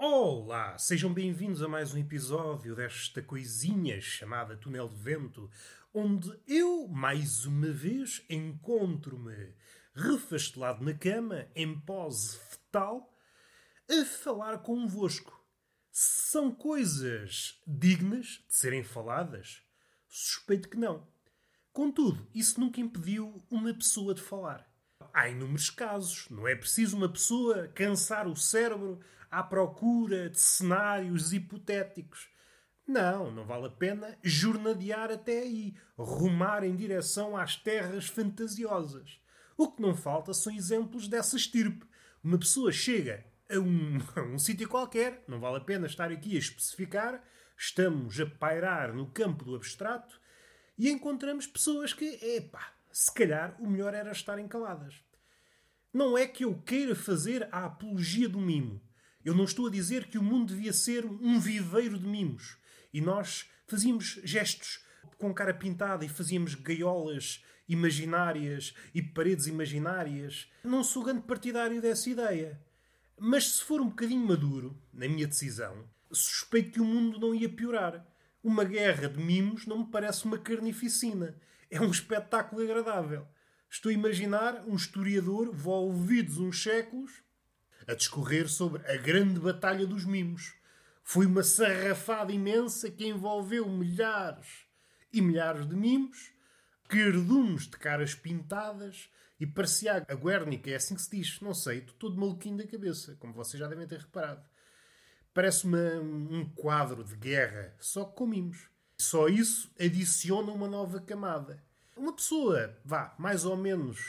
Olá, sejam bem-vindos a mais um episódio desta coisinha chamada Túnel de Vento, onde eu, mais uma vez, encontro-me refastelado na cama, em pose fetal, a falar convosco. São coisas dignas de serem faladas? Suspeito que não. Contudo, isso nunca impediu uma pessoa de falar. Há inúmeros casos. Não é preciso uma pessoa cansar o cérebro à procura de cenários hipotéticos. Não vale a pena jornadear até aí, rumar em direção às terras fantasiosas. O que não falta são exemplos dessa estirpe. Uma pessoa chega a um sítio qualquer, não vale a pena estar aqui a especificar, estamos a pairar no campo do abstrato e encontramos pessoas que, se calhar o melhor era estarem caladas. Não é que eu queira fazer a apologia do mimo. Eu não estou a dizer que o mundo devia ser um viveiro de mimos. E nós fazíamos gestos com cara pintada e fazíamos gaiolas imaginárias e paredes imaginárias. Não sou grande partidário dessa ideia. Mas se for um bocadinho maduro, na minha decisão, suspeito que o mundo não ia piorar. Uma guerra de mimos não me parece uma carnificina. É um espetáculo agradável. Estou a imaginar um historiador, volvidos uns séculos, a discorrer sobre a grande batalha dos mimos. Foi uma sarrafada imensa que envolveu milhares e milhares de mimos, cardumes de caras pintadas, e parecia a Guernica, é assim que se diz, não sei, estou todo maluquinho da cabeça, como vocês já devem ter reparado. Parece-me um quadro de guerra, só que com mimos. Só isso adiciona uma nova camada. Uma pessoa, mais ou menos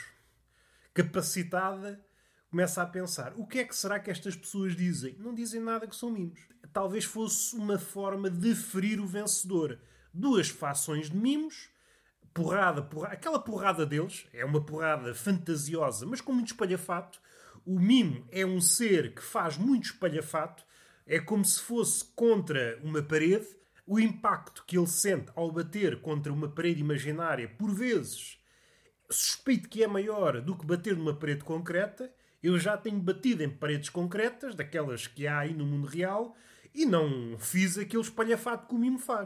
capacitada, começa a pensar: o que é que será que estas pessoas dizem? Não dizem nada, que são mimos. Talvez fosse uma forma de ferir o vencedor. Duas fações de mimos, porrada. Aquela porrada deles é uma porrada fantasiosa, mas com muito espalhafato. O mimo é um ser que faz muito espalhafato. É como se fosse contra uma parede. O impacto que ele sente ao bater contra uma parede imaginária, por vezes, suspeito que é maior do que bater numa parede concreta. Eu já tenho batido em paredes concretas, daquelas que há aí no mundo real, e não fiz aquele espalhafato que o mimo faz.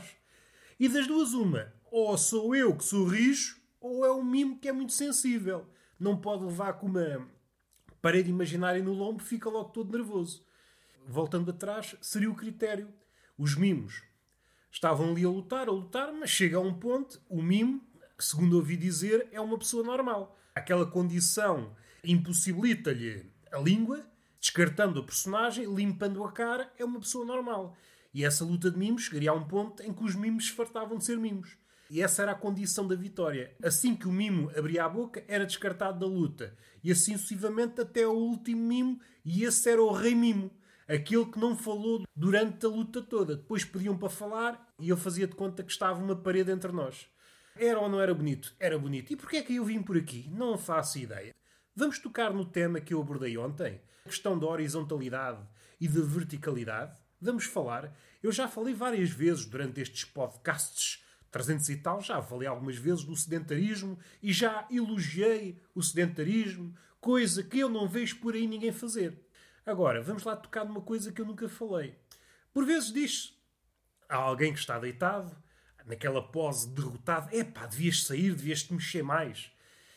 E das duas, uma. Ou sou eu que sou rijo, ou é o mimo que é muito sensível. Não pode levar com uma parede imaginária no lombo, fica logo todo nervoso. Voltando atrás, seria o critério. Os mimos estavam ali a lutar, mas chega a um ponto, o mimo, que segundo ouvi dizer, é uma pessoa normal. Aquela condição impossibilita-lhe a língua, descartando a personagem, limpando a cara, é uma pessoa normal. E essa luta de mimos chegaria a um ponto em que os mimos se fartavam de ser mimos. E essa era a condição da vitória. Assim que o mimo abria a boca, era descartado da luta. E assim sucessivamente até ao último mimo, e esse era o rei mimo. Aquele que não falou durante a luta toda. Depois pediam para falar e ele fazia de conta que estava uma parede entre nós. Era ou não era bonito? Era bonito. E porquê é que eu vim por aqui? Não faço ideia. Vamos tocar no tema que eu abordei ontem? A questão da horizontalidade e da verticalidade. Vamos falar. Eu já falei várias vezes durante estes podcasts 300 e tal, já falei algumas vezes do sedentarismo e já elogiei o sedentarismo, coisa que eu não vejo por aí ninguém fazer. Agora, vamos lá tocar numa coisa que eu nunca falei. Por vezes diz a alguém que está deitado, naquela pose derrotado: devias sair, devias-te mexer mais.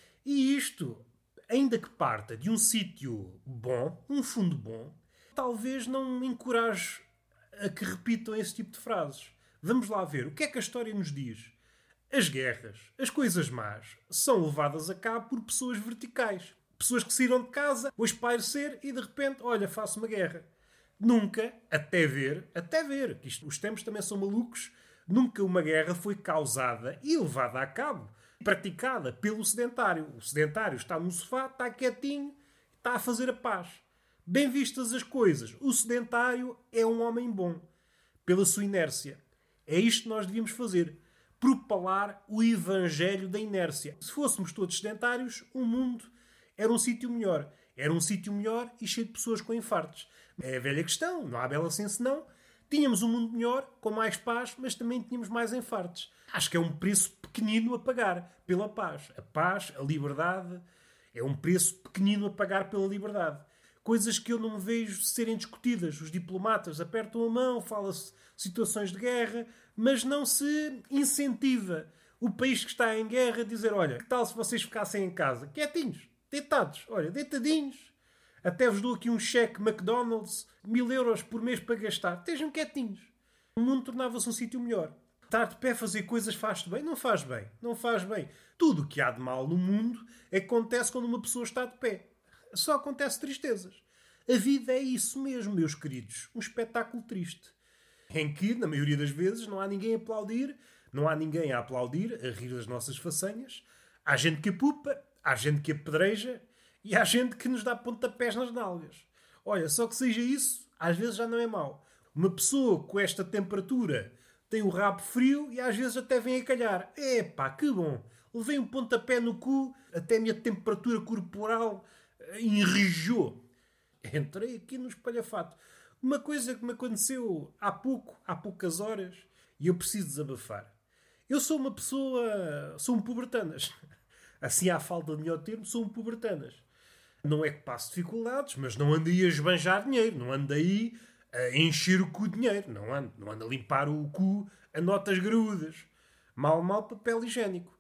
E isto, ainda que parta de um sítio bom, um fundo bom, talvez não me encoraje a que repitam esse tipo de frases. Vamos lá ver, o que é que a história nos diz? As guerras, as coisas más, são levadas a cabo por pessoas verticais. Pessoas que saíram de casa, o espairecer e de repente, olha, faço uma guerra. Nunca, até ver, que os tempos também são malucos, nunca uma guerra foi causada e levada a cabo, praticada pelo sedentário. O sedentário está no sofá, está quietinho, está a fazer a paz. Bem vistas as coisas, o sedentário é um homem bom, pela sua inércia. É isto que nós devíamos fazer. Propalar o evangelho da inércia. Se fôssemos todos sedentários, o mundo era um sítio melhor. Era um sítio melhor e cheio de pessoas com infartos. É a velha questão, não há bela senso não. Tínhamos um mundo melhor, com mais paz, mas também tínhamos mais infartos. Acho que é um preço pequenino a pagar pela paz. A paz, a liberdade, é um preço pequenino a pagar pela liberdade. coisas que eu não vejo serem discutidas. Os diplomatas apertam a mão, fala-se situações de guerra, mas não se incentiva o país que está em guerra a dizer: olha, que tal se vocês ficassem em casa, quietinhos, deitados, olha, deitadinhos, até vos dou aqui um cheque McDonald's, 1000 € por mês para gastar. Estejam quietinhos. O mundo tornava-se um sítio melhor. Estar de pé a fazer coisas faz-te bem? Não faz bem. Não faz bem. Tudo o que há de mal no mundo acontece quando uma pessoa está de pé. Só acontece tristezas. A vida é isso mesmo, meus queridos. Um espetáculo triste. Em que, na maioria das vezes, não há ninguém a aplaudir, não há ninguém a aplaudir, a rir das nossas façanhas. Há gente que apupa, há gente que apedreja e há gente que nos dá pontapés nas nalgas. Olha, só que seja isso, às vezes já não é mau. Uma pessoa com esta temperatura tem o rabo frio e às vezes até vem a calhar. Epá, que bom! Levei um pontapé no cu, até a minha temperatura corporal enrijou. Entrei aqui no espalhafato. Uma coisa que me aconteceu há poucas horas, e eu preciso desabafar. Eu sou uma pessoa... sou um pubertanas. Assim, à falta de melhor termo, sou um pubertanas. Não é que passo dificuldades, mas não ando aí a esbanjar dinheiro. Não ando aí a encher o cu de dinheiro. Não ando a limpar o cu a notas graúdas. Mal papel higiênico.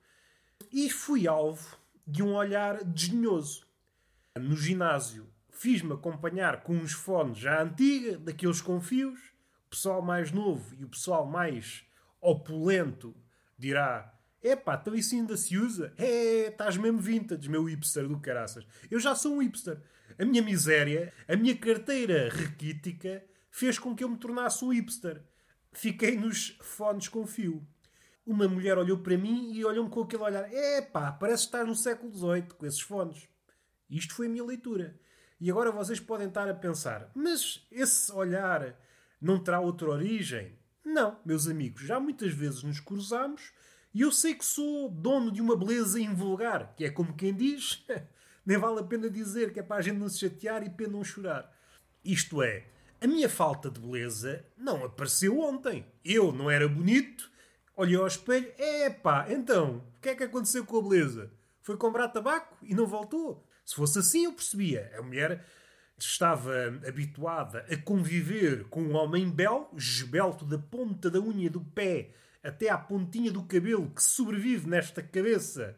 E fui alvo de um olhar desdenhoso. No ginásio, fiz-me acompanhar com uns fones já antiga, daqueles com fios. O pessoal mais novo e o pessoal mais opulento dirá: epá, então isso ainda se usa? Estás mesmo vintage, meu hipster do caraças. Eu já sou um hipster. A minha miséria, a minha carteira raquítica fez com que eu me tornasse um hipster. Fiquei nos fones com fio. Uma mulher olhou para mim e olhou-me com aquele olhar: epá, parece estar no século XVIII com esses fones. Isto foi a minha leitura. E agora vocês podem estar a pensar: mas esse olhar não terá outra origem? Não, meus amigos, já muitas vezes nos cruzamos e eu sei que sou dono de uma beleza invulgar, que é como quem diz, nem vale a pena dizer, que é para a gente não se chatear e para não chorar. Isto é, a minha falta de beleza não apareceu ontem. Eu não era bonito, olhei ao espelho, epá, então, o que é que aconteceu com a beleza? Foi comprar tabaco e não voltou? Se fosse assim, eu percebia. A mulher estava habituada a conviver com um homem belo, esbelto da ponta da unha do pé até à pontinha do cabelo, que sobrevive nesta cabeça,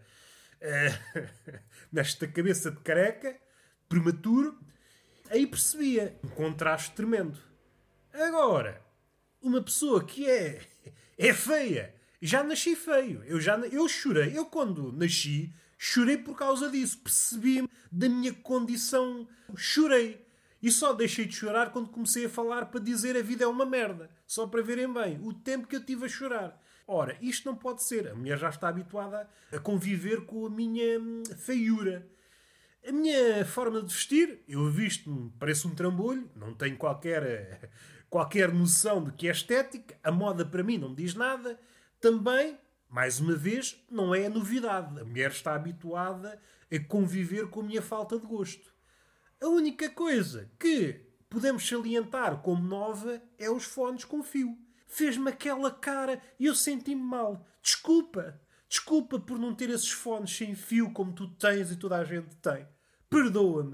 nesta cabeça de careca, prematuro. Aí percebia um contraste tremendo. Agora, uma pessoa que é feia, já nasci feio. Eu chorei. Eu, quando nasci, chorei por causa disso. Percebi-me da minha condição. Chorei. E só deixei de chorar quando comecei a falar para dizer a vida é uma merda. Só para verem bem o tempo que eu tive a chorar. Ora, isto não pode ser. A mulher já está habituada a conviver com a minha feiura. A minha forma de vestir, eu visto-me, pareço um trambolho, não tenho qualquer noção de que é estética. A moda para mim não me diz nada. Também, mais uma vez, não é novidade. A mulher está habituada a conviver com a minha falta de gosto. A única coisa que podemos salientar como nova é os fones com fio. Fez-me aquela cara e eu senti-me mal. Desculpa por não ter esses fones sem fio como tu tens e toda a gente tem. Perdoa-me.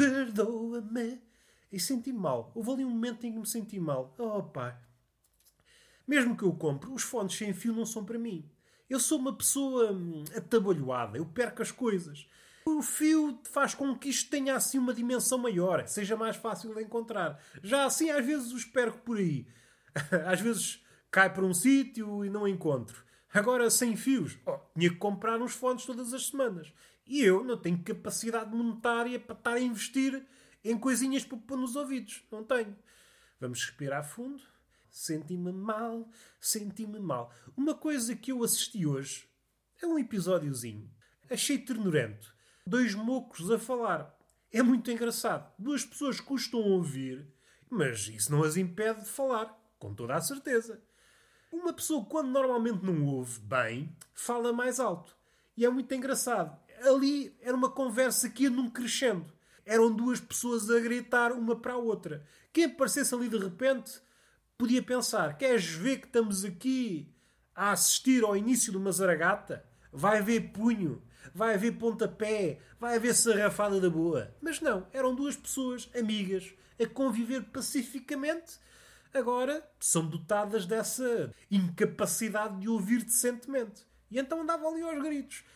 E senti-me mal. Houve ali um momento em que me senti mal. Oh, pá. Mesmo que eu compre, os fones sem fio não são para mim. Eu sou uma pessoa atabalhoada. Eu perco as coisas. O fio faz com que isto tenha assim uma dimensão maior. Seja mais fácil de encontrar. Já assim, às vezes os perco por aí. Às vezes cai para um sítio e não encontro. Agora, sem fios, tinha que comprar uns fones todas as semanas. E eu não tenho capacidade monetária para estar a investir em coisinhas para pôr nos ouvidos. Não tenho. Vamos respirar fundo. Senti-me mal. Uma coisa que eu assisti hoje é um episódiozinho. Achei ternurento. 2 mocos a falar. É muito engraçado. 2 pessoas custam a ouvir, mas isso não as impede de falar. Com toda a certeza. Uma pessoa, quando normalmente não ouve bem, fala mais alto. E é muito engraçado. Ali era uma conversa que ia num crescendo. Eram 2 pessoas a gritar uma para a outra. Quem aparecesse ali de repente podia pensar: queres ver que estamos aqui a assistir ao início de uma zaragata? vai haver punho, vai haver pontapé, vai haver sarrafada da boa. Mas não, eram duas pessoas amigas a conviver pacificamente. Agora são dotadas dessa incapacidade de ouvir decentemente. E então andava ali aos gritos.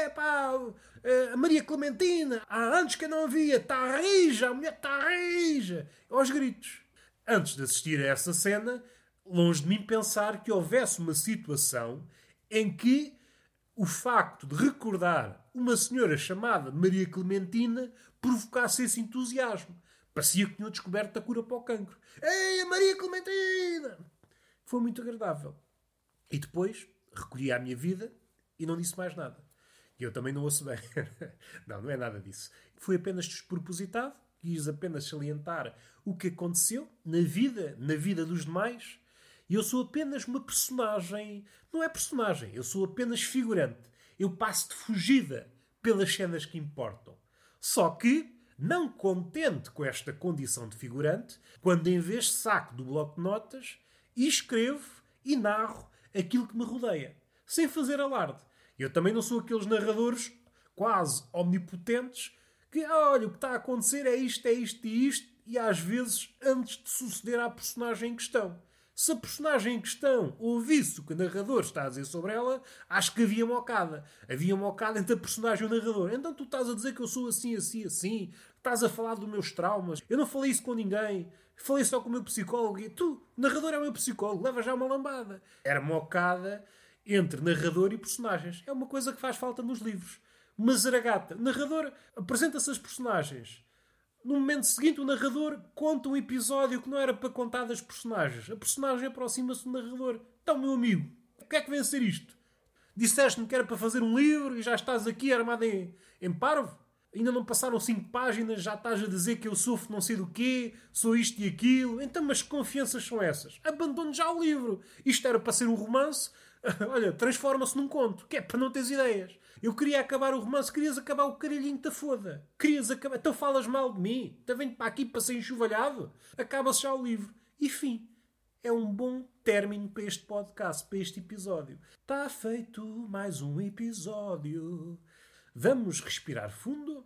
A Maria Clementina, há anos que eu não a via, está rija, a mulher está rija. Aos gritos. Antes de assistir a essa cena, longe de mim pensar que houvesse uma situação em que o facto de recordar uma senhora chamada Maria Clementina provocasse esse entusiasmo. Parecia que tinham descoberto a cura para o cancro. Ei, a Maria Clementina! Foi muito agradável. E depois recolhi a minha vida e não disse mais nada. E eu também não ouço bem. Não é nada disso. Foi apenas despropositado. Quis apenas salientar o que aconteceu na vida dos demais. E eu sou apenas uma personagem. Não é personagem, eu sou apenas figurante. Eu passo de fugida pelas cenas que importam. Só que, não contente com esta condição de figurante, quando em vez saco do bloco de notas e escrevo e narro aquilo que me rodeia, sem fazer alarde. Eu também não sou aqueles narradores quase omnipotentes que, olha, o que está a acontecer é isto e isto, e às vezes antes de suceder à personagem em questão. Se a personagem em questão ouvisse o que o narrador está a dizer sobre ela, acho que havia mocada. Havia mocada entre a personagem e o narrador. Então tu estás a dizer que eu sou assim, estás a falar dos meus traumas. Eu não falei isso com ninguém. Falei só com o meu psicólogo. E tu, o narrador é o meu psicólogo, leva já uma lambada. Era mocada entre narrador e personagens. É uma coisa que faz falta nos livros. Uma zaragata. O narrador apresenta-se as personagens. No momento seguinte, o narrador conta um episódio que não era para contar das personagens. A personagem aproxima-se do narrador. Então, meu amigo, o que é que vem a ser isto? Disseste-me que era para fazer um livro e já estás aqui armado em parvo? Ainda não passaram 5 páginas, já estás a dizer que eu sofro não sei do quê, sou isto e aquilo. Então, mas que confianças são essas? Abandone já o livro. Isto era para ser um romance. Olha, transforma-se num conto, que é para não teres ideias. Eu queria acabar o romance, querias acabar o caralhinho da foda. Querias acabar. Então falas mal de mim. Então venho para aqui para ser enxovalhado. Acaba-se já o livro. E fim. É um bom término para este podcast, para este episódio. Está feito mais um episódio. Vamos respirar fundo.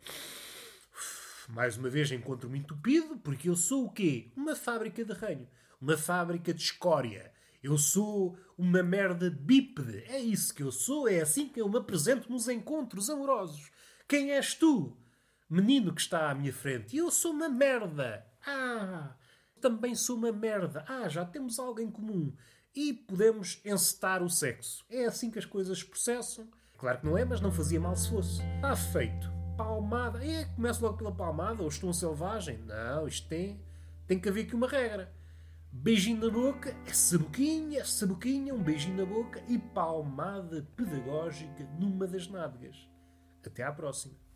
Mais uma vez encontro-me entupido, porque eu sou o quê? Uma fábrica de ranho. Uma fábrica de escória. Eu sou uma merda bípede. É isso que eu sou. É assim que eu me apresento nos encontros amorosos. Quem és tu? Menino que está à minha frente. Eu sou uma merda. Também sou uma merda. Já temos algo em comum. E podemos encetar o sexo. É assim que as coisas se processam. Claro que não é, mas não fazia mal se fosse. Está feito. Palmada. Começo logo pela palmada. Ou estou um selvagem. Não, isto tem que haver aqui uma regra. Beijinho na boca, saboquinha, um beijinho na boca e palmada pedagógica numa das nádegas. Até à próxima.